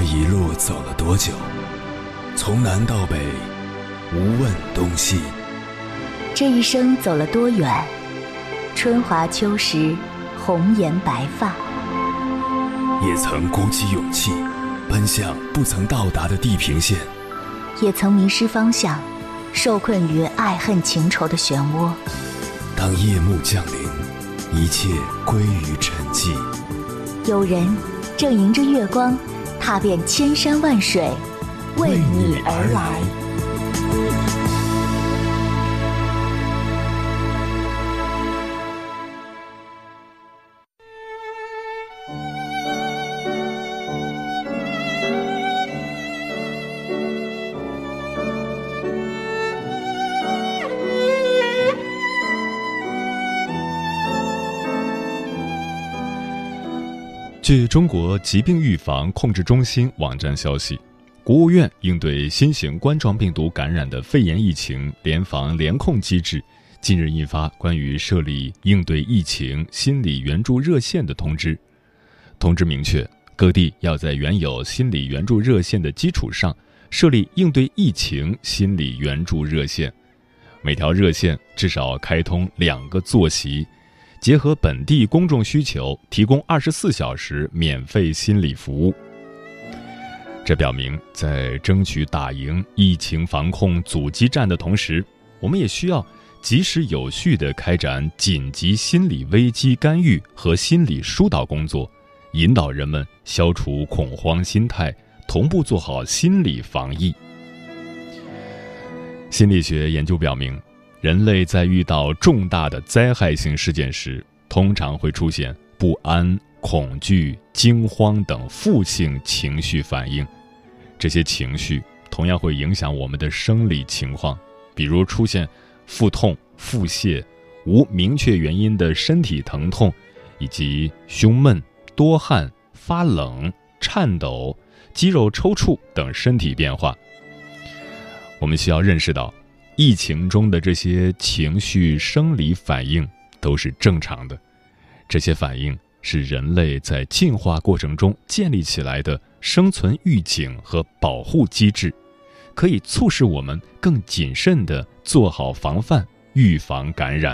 一路走了多久？从南到北，无问东西。 这一生走了多远？春华秋实，红颜白发。 也曾鼓起勇气，奔向不曾到达的地平线。 也曾迷失方向，受困于爱恨情仇的漩涡。 当夜幕降临，一切归于沉寂。 有人正迎着月光，踏遍千山万水，为你而来。 据中国疾病预防控制中心网站消息，国务院应对新型冠状病毒感染的肺炎疫情联防联控机制近日印发关于设立应对疫情心理援助热线的通知。通知明确，各地要在原有心理援助热线的基础上，设立应对疫情心理援助热线，每条热线至少开通2个座席，结合本地公众需求，提供24小时免费心理服务。这表明，在争取打赢疫情防控阻击战的同时，我们也需要及时有序地开展紧急心理危机干预和心理疏导工作，引导人们消除恐慌心态，同步做好心理防疫。心理学研究表明，人类在遇到重大的灾害性事件时，通常会出现不安、恐惧、惊慌等负性情绪反应。这些情绪同样会影响我们的生理情况，比如出现腹痛、腹泻、无明确原因的身体疼痛，以及胸闷、多汗、发冷、颤抖、肌肉抽搐等身体变化。我们需要认识到，疫情中的这些情绪生理反应都是正常的，这些反应是人类在进化过程中建立起来的生存预警和保护机制，可以促使我们更谨慎地做好防范，预防感染。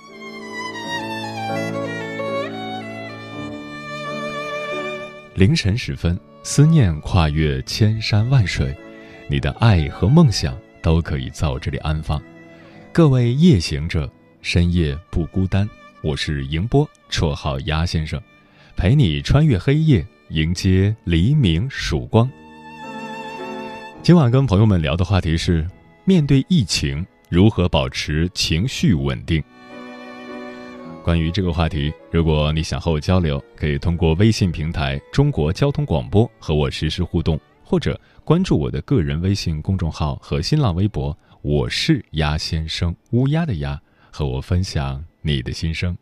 凌晨时分，思念跨越千山万水，你的爱和梦想都可以在我这里安放。各位夜行者，深夜不孤单，我是迎波，绰号鸭先生，陪你穿越黑夜，迎接黎明曙光。今晚跟朋友们聊的话题是，面对疫情，如何保持情绪稳定。关于这个话题，如果你想和我交流，可以通过微信平台中国交通广播和我实时互动，或者关注我的个人微信公众号和新浪微博，我是鸭先生，乌鸦的鸦，和我分享你的心声。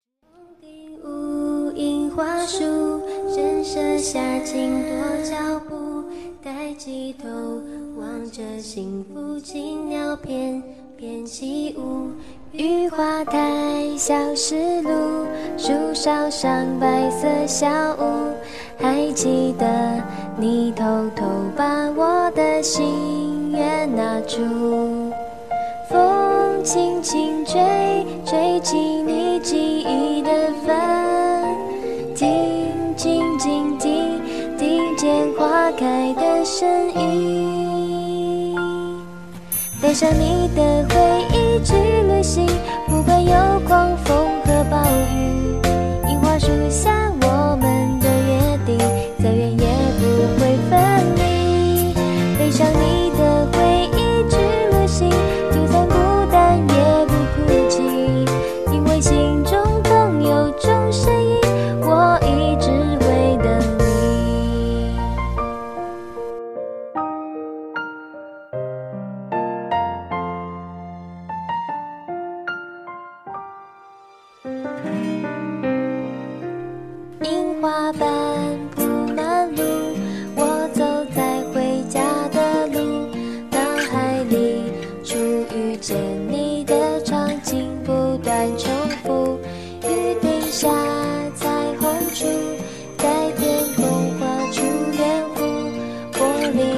无樱花树，深舍下轻踱脚步，抬起头望着幸福轻鸟翩翩起舞。雨花台小石路，树梢上白色小屋，还记得你偷偷把我的心愿拿出。风轻轻吹，吹起你记忆的风，听静静听，听见花开的声音，带上你的回忆去旅行，不管有狂风和暴雨，樱花树下我们的约定，再远也不会分离，背上你的回忆去旅行，就算孤单也不哭泣，因为心中总有种声音，我一直会等你。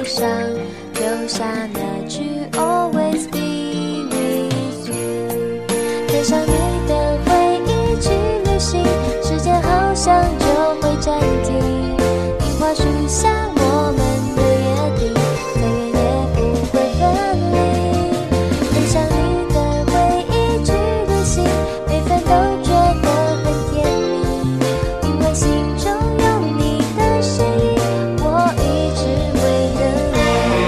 上留下那句 Always be with you。 带上你的回忆去旅行，时间好像就会暂停，樱花树下我们的约定，再远也不会分离。带上你的回忆去旅行，每分都觉得很甜蜜，因为心中有你的身影，我一直为了你。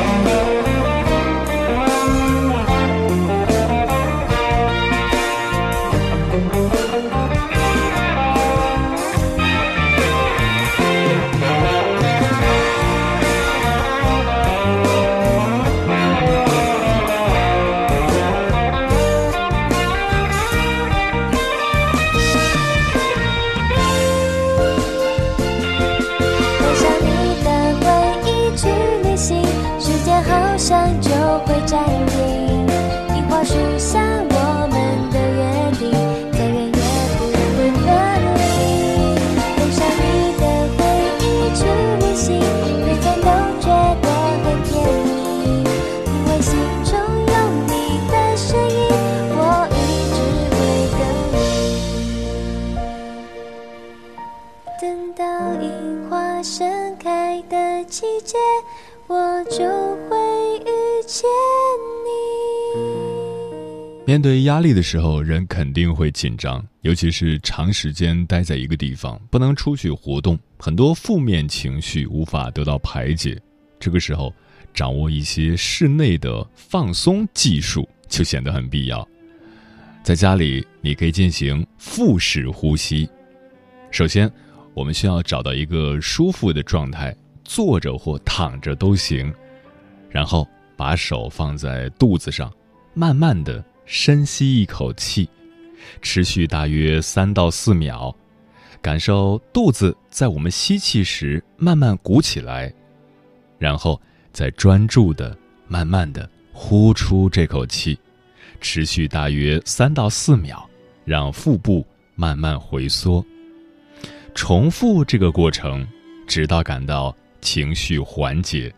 带上你的回忆去旅行，时间好像就会暂停，樱花树下我们的约定，再远也不会分离。带上你的回忆去旅行，每天都觉得很甜蜜，因为心中有你的身影，我一直会等你。等到樱花盛开的季节，我就会遇见你。 面对压力的时候，人肯定会紧张，尤其是长时间待在一个地方，不能出去活动，很多负面情绪无法得到排解。这个时候，掌握一些室内的放松技术就显得很必要。在家里，你可以进行腹式呼吸。首先，我们需要找到一个舒服的状态，坐着或躺着都行，然后把手放在肚子上，慢慢的深吸一口气，持续大约3到4秒，感受肚子在我们吸气时慢慢鼓起来，然后再专注的慢慢的呼出这口气，持续大约3到4秒，让腹部慢慢回缩，重复这个过程，直到感到情绪缓解。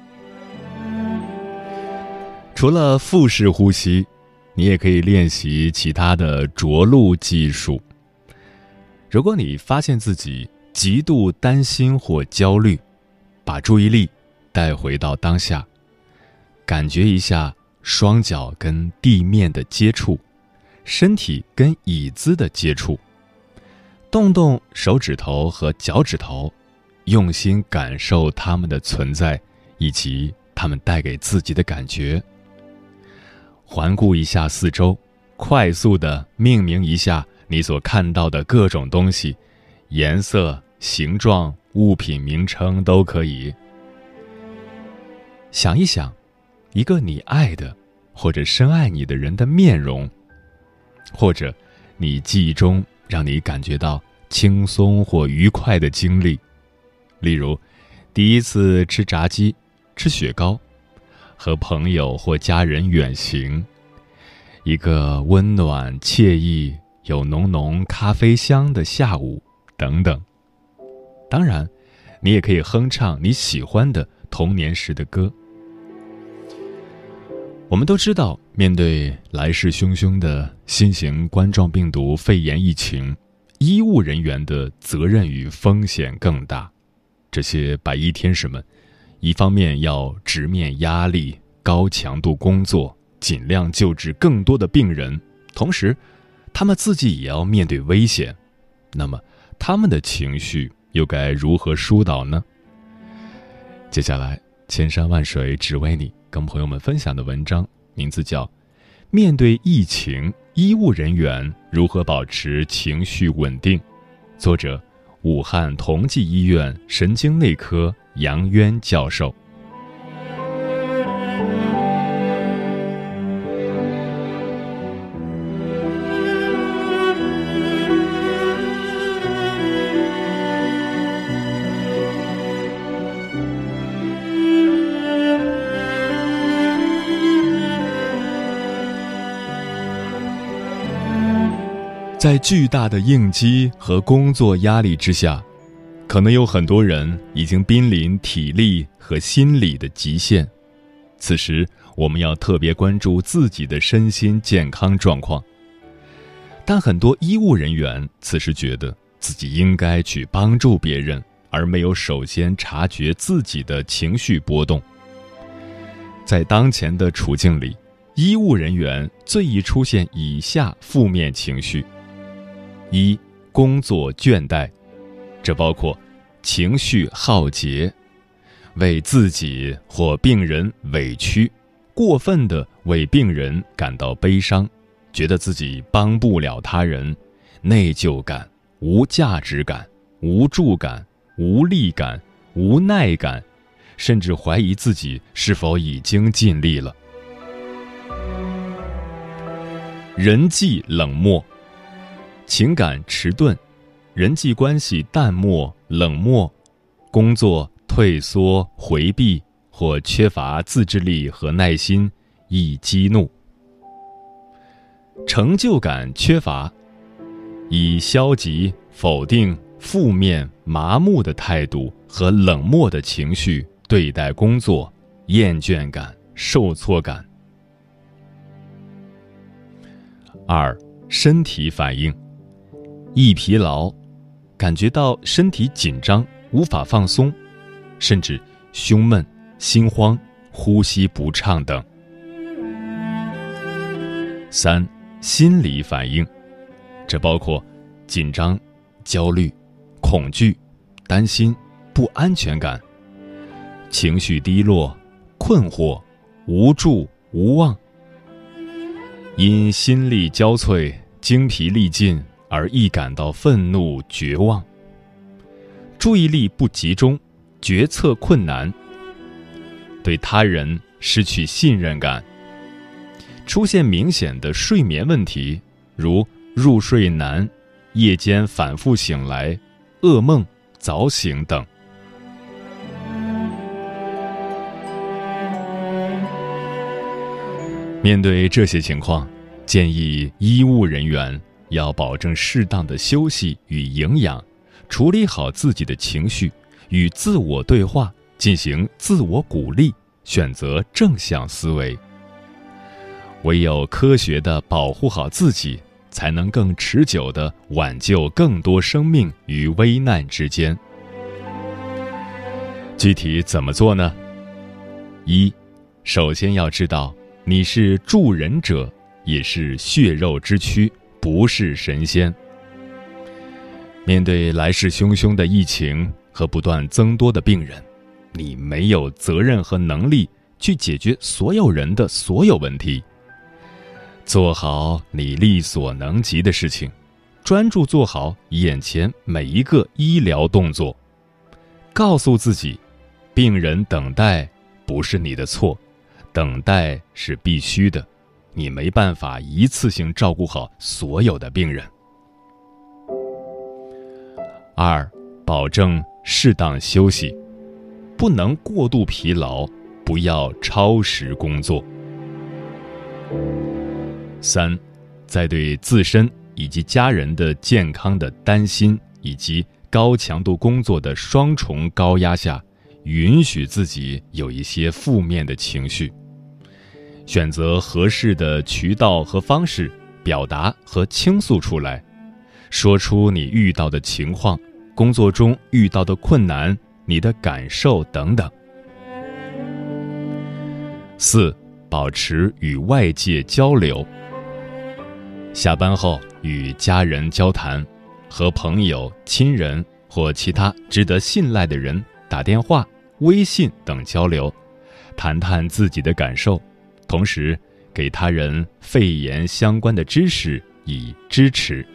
除了腹式呼吸，你也可以练习其他的着陆技术。如果你发现自己极度担心或焦虑，把注意力带回到当下，感觉一下双脚跟地面的接触，身体跟椅子的接触，动动手指头和脚趾头，用心感受它们的存在以及它们带给自己的感觉。环顾一下四周，快速地命名一下你所看到的各种东西，颜色、形状、物品名称都可以。想一想，一个你爱的或者深爱你的人的面容，或者你记忆中让你感觉到轻松或愉快的经历，例如第一次吃炸鸡、吃雪糕，和朋友或家人远行，一个温暖惬意有浓浓咖啡香的下午等等。当然，你也可以哼唱你喜欢的童年时的歌。我们都知道，面对来势汹汹的新型冠状病毒肺炎疫情，医务人员的责任与风险更大。这些白衣天使们，一方面要直面压力、高强度工作，尽量救治更多的病人，同时他们自己也要面对危险。那么他们的情绪又该如何疏导呢？接下来千山万水只为你跟朋友们分享的文章名字叫《面对疫情，医务人员如何保持情绪稳定》，作者武汉同济医院神经内科杨渊教授。在巨大的应激和工作压力之下， 可能有很多人已经濒临体力和心理的极限，此时我们要特别关注自己的身心健康状况。但很多医务人员此时觉得自己应该去帮助别人，而没有首先察觉自己的情绪波动。在当前的处境里，医务人员最易出现以下负面情绪：一、工作倦怠，这包括情绪耗竭，为自己或病人委屈，过分地为病人感到悲伤，觉得自己帮不了他人，内疚感、无价值感、无助感、无力感、无奈感，甚至怀疑自己是否已经尽力了。人际冷漠，情感迟钝，人际关系淡漠冷漠，工作退缩回避或缺乏自制力和耐心，易激怒。成就感缺乏，以消极、否定、负面、麻木的态度和冷漠的情绪对待工作，厌倦感、受挫感。二、身体反应，易疲劳，感觉到身体紧张，无法放松，甚至胸闷、心慌、呼吸不畅等。三、心理反应，这包括紧张、焦虑、恐惧、担心、不安全感、情绪低落、困惑、无助、无望，因心力交瘁、精疲力尽而易感到愤怒、绝望，注意力不集中，决策困难，对他人失去信任感，出现明显的睡眠问题，如入睡难、夜间反复醒来、噩梦、早醒等。面对这些情况，建议医务人员要保证适当的休息与营养，处理好自己的情绪，与自我对话，进行自我鼓励，选择正向思维。唯有科学地保护好自己，才能更持久地挽救更多生命于危难之间。具体怎么做呢？一、首先要知道你是助人者，也是血肉之躯，不是神仙。面对来势汹汹的疫情和不断增多的病人，你没有责任和能力去解决所有人的所有问题。做好你力所能及的事情，专注做好眼前每一个医疗动作。告诉自己，病人等待不是你的错，等待是必须的，你没办法一次性照顾好所有的病人。二、保证适当休息，不能过度疲劳，不要超时工作。三、在对自身以及家人的健康的担心以及高强度工作的双重高压下，允许自己有一些负面的情绪，选择合适的渠道和方式表达和倾诉出来，说出你遇到的情况，工作中遇到的困难，你的感受等等。四、保持与外界交流，下班后与家人交谈，和朋友、亲人或其他值得信赖的人打电话、微信等交流，谈谈自己的感受，同时给他人肺炎相关的知识以支持。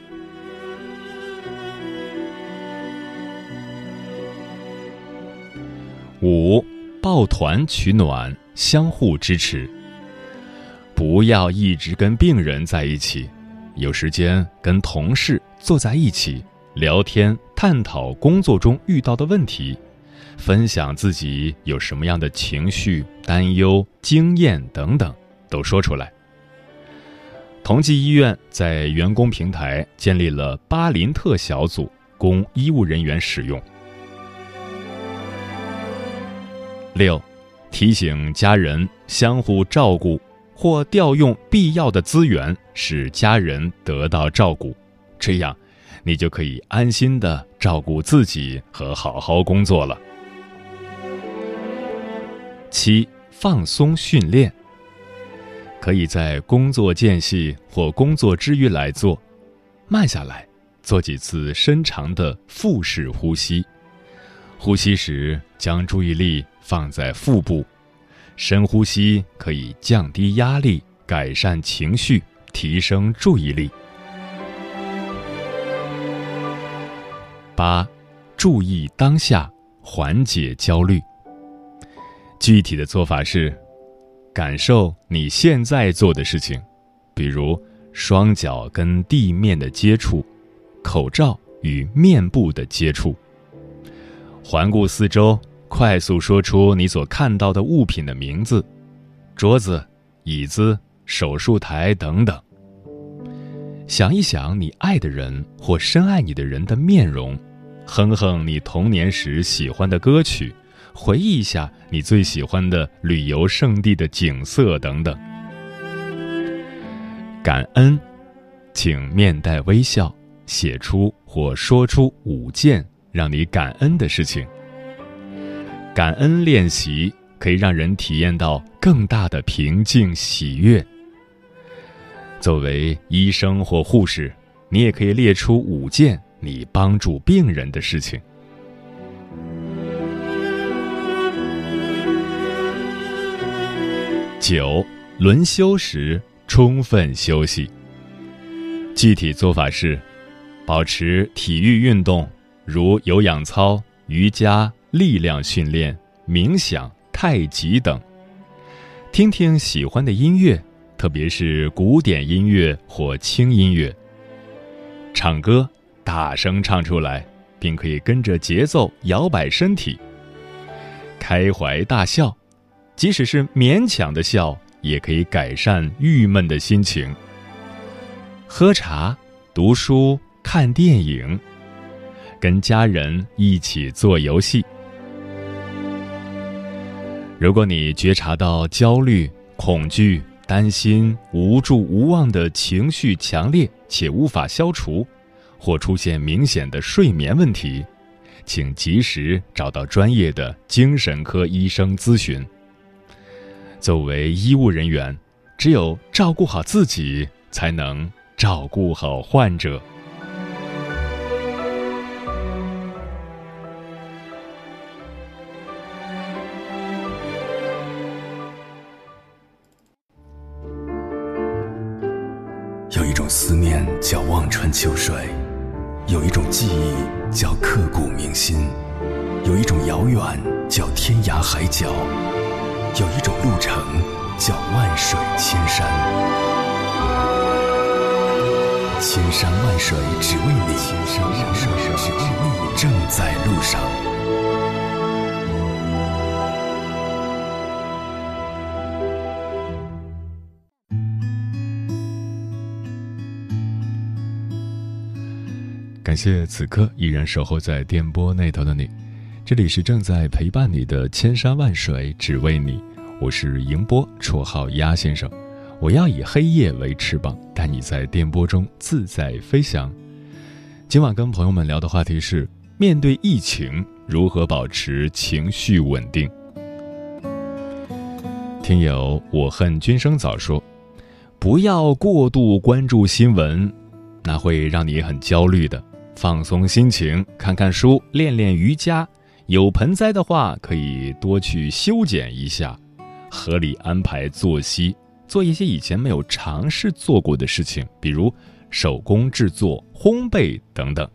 五、抱团取暖，相互支持。不要一直跟病人在一起，有时间跟同事坐在一起聊天，探讨工作中遇到的问题，分享自己有什么样的情绪、担忧、经验等等，都说出来。同济医院在员工平台建立了巴林特小组，供医务人员使用， 6. 提醒家人相互照顾，或调用必要的资源，使家人得到照顾，这样你就可以安心地照顾自己和好好工作了。7. 放松训练，可以在工作间隙或工作之余来做，慢下来，做几次深长的腹式呼吸。呼吸时将注意力放在腹部，深呼吸可以降低压力，改善情绪，提升注意力。8. 注意当下，缓解焦虑。具体的做法是，感受你现在做的事情，比如双脚跟地面的接触，口罩与面部的接触。环顾四周，快速说出你所看到的物品的名字，桌子、椅子、手术台等等。想一想你爱的人或深爱你的人的面容，哼哼你童年时喜欢的歌曲，回忆一下你最喜欢的旅游胜地的景色等等。感恩，请面带微笑，写出或说出5件让你感恩的事情。感恩练习可以让人体验到更大的平静喜悦。作为医生或护士，你也可以列出5件你帮助病人的事情。9. 轮休时充分休息。具体做法是，保持体育运动，如有氧操、瑜伽、力量训练、冥想、太极等。听听喜欢的音乐，特别是古典音乐或轻音乐。唱歌，大声唱出来，并可以跟着节奏摇摆身体。开怀大笑，即使是勉强的笑，也可以改善郁闷的心情。喝茶、读书、看电影，跟家人一起做游戏。如果你觉察到焦虑、恐惧、担心、无助、无望的情绪强烈且无法消除，或出现明显的睡眠问题，请及时找到专业的精神科医生咨询。作为医务人员，只有照顾好自己，才能照顾好患者。 有一种思念叫望穿秋水，有一种记忆叫刻骨铭心，有一种遥远叫天涯海角，有一种路程叫万水千山。千山万水只为你，千山万水只为你，正在路上。 感谢此刻依然守候在电波那头的你，这里是正在陪伴你的千山万水只为你，我是迎波，绰号鸭先生。我要以黑夜为翅膀，带你在电波中自在飞翔。今晚跟朋友们聊的话题是，面对疫情如何保持情绪稳定。听友我恨君生早说，不要过度关注新闻，那会让你很焦虑的。放松心情，看看书，练练瑜伽，有盆栽的话可以多去修剪一下，合理安排作息，做一些以前没有尝试做过的事情，比如手工制作、烘焙等等。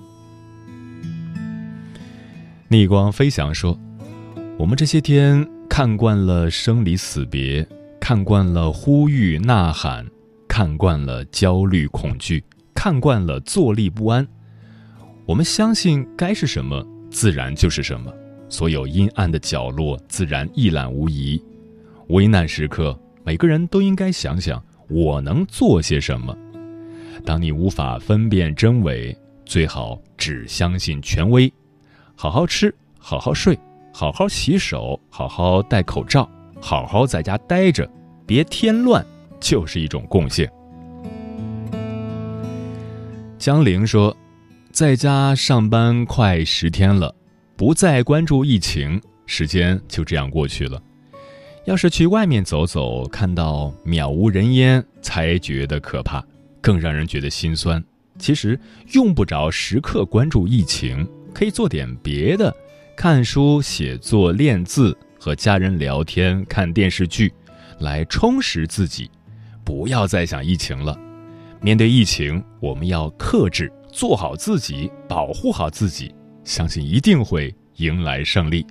逆光飞翔说，我们这些天看惯了生离死别，看惯了呼吁呐喊，看惯了焦虑恐惧，看惯了坐立不安。我们相信该是什么自然就是什么，所有阴暗的角落自然一览无遗。危难时刻，每个人都应该想想我能做些什么。当你无法分辨真伪，最好只相信权威。好好吃，好好睡， 好好洗手，好好戴口罩，好好在家待着，别添乱，就是一种贡献。江玲说，在家上班快10天了，不再关注疫情，时间就这样过去了。要是去外面走走，看到渺无人烟，才觉得可怕，更让人觉得心酸。其实用不着时刻关注疫情，可以做点别的，看书、写作、练字，和家人聊天、看电视剧，来充实自己。不要再想疫情了。面对疫情，我们要克制，做好自己，保护好自己，相信一定会迎来胜利。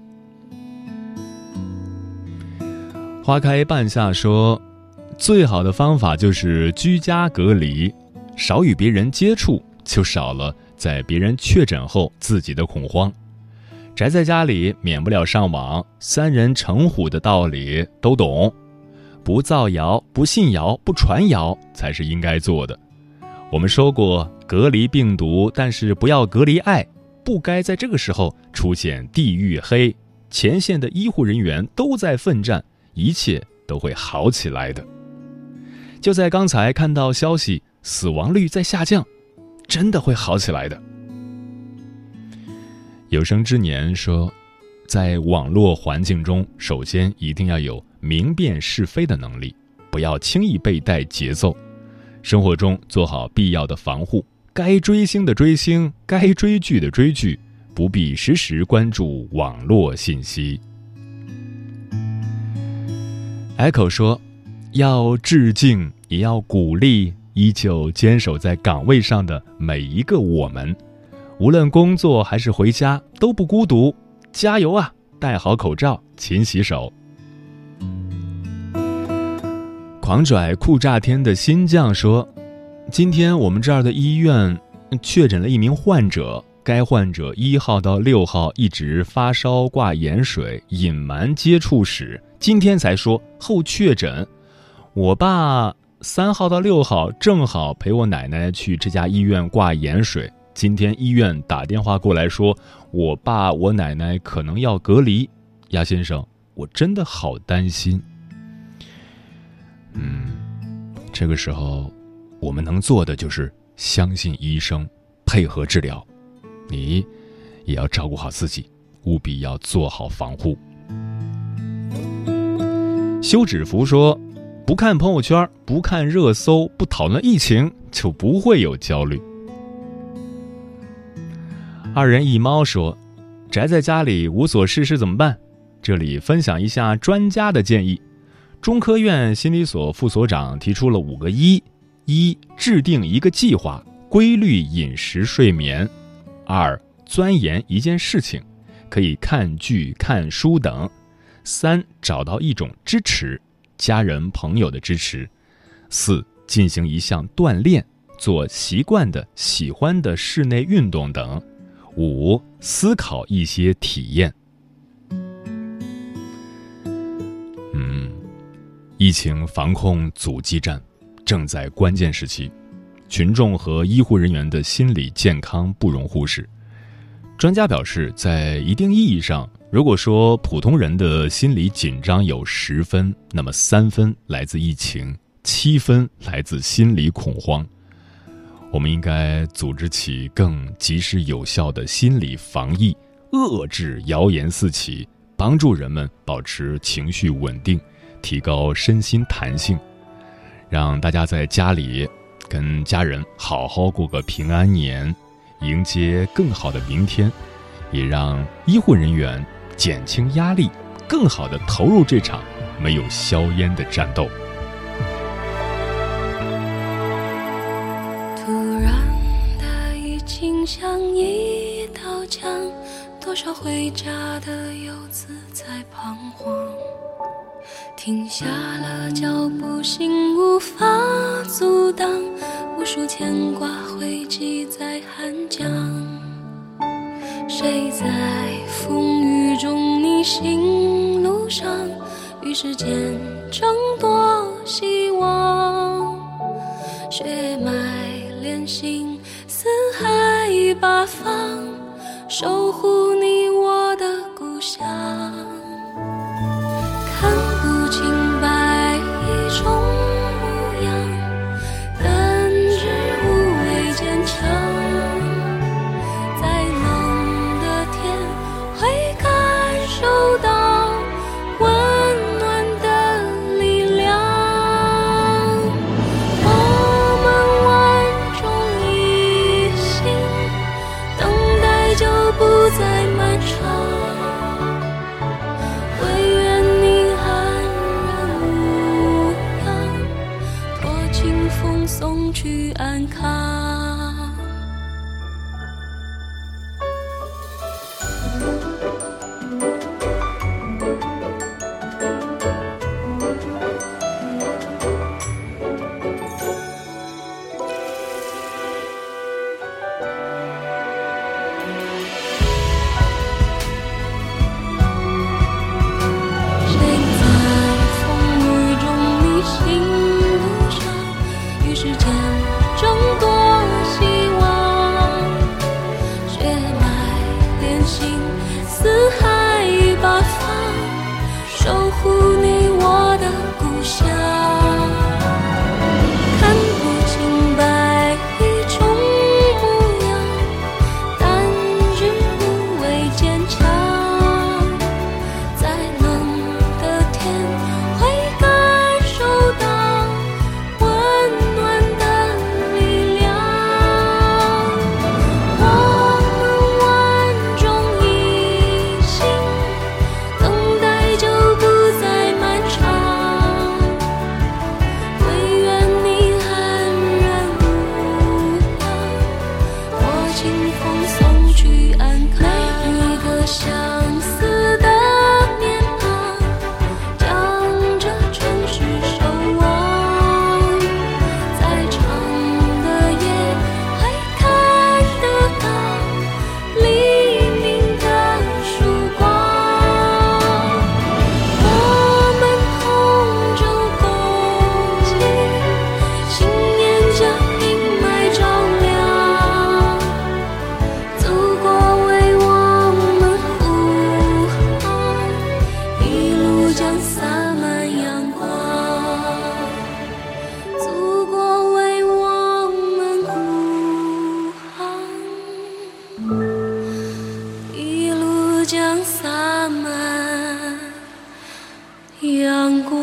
花开半夏说，最好的方法就是居家隔离，少与别人接触，就少了在别人确诊后自己的恐慌。宅在家里免不了上网，3人成虎的道理都懂，不造谣，不信谣，不传谣才是应该做的。我们说过，隔离病毒，但是不要隔离爱，不该在这个时候出现地域黑，前线的医护人员都在奋战，一切都会好起来的。就在刚才看到消息，死亡率在下降，真的会好起来的。有生之年说，在网络环境中，首先一定要有明辨是非的能力，不要轻易被带节奏。生活中做好必要的防护，该追星的追星，该追剧的追剧，不必时时关注网络信息。Echo 说，要致敬，也要鼓励依旧坚守在岗位上的每一个我们，无论工作还是回家都不孤独，加油啊！戴好口罩，勤洗手。狂拽酷炸天的新将说，今天我们这儿的医院确诊了一名患者，该患者1号到6号一直发烧挂盐水，隐瞒接触史，今天才说后确诊。我爸3号到6号正好陪我奶奶去这家医院挂盐水，今天医院打电话过来说，我爸我奶奶可能要隔离。鸭先生，我真的好担心。这个时候我们能做的就是相信医生，配合治疗。你也要照顾好自己，务必要做好防护。休止符说，不看朋友圈，不看热搜，不讨论疫情，就不会有焦虑。2人一猫说，宅在家里无所事事怎么办？这里分享一下专家的建议。中科院心理所副所长提出了5个1：1制定一个计划，规律饮食睡眠；2钻研一件事情，可以看剧看书等；3找到一种支持，家人朋友的支持；4进行一项锻炼，做习惯的喜欢的室内运动等；5思考一些体验。疫情防控阻击战正在关键时期，群众和医护人员的心理健康不容忽视。专家表示，在一定意义上，如果说普通人的心理紧张有10分，那么3分来自疫情，7分来自心理恐慌。我们应该组织起更及时有效的心理防疫，遏制谣言四起，帮助人们保持情绪稳定，提高身心弹性，让大家在家里跟家人好好过个平安年，迎接更好的明天，也让医护人员减轻压力，更好地投入这场没有硝烟的战斗。 突然的疫情像一道墙，多少回家的游子在彷徨，停下了脚步，心无法阻挡，无数牵挂汇集在寒江。谁在风雨中逆行路上，与时间争夺希望？血脉连心，四海八方，守护你我的故乡。 阳光。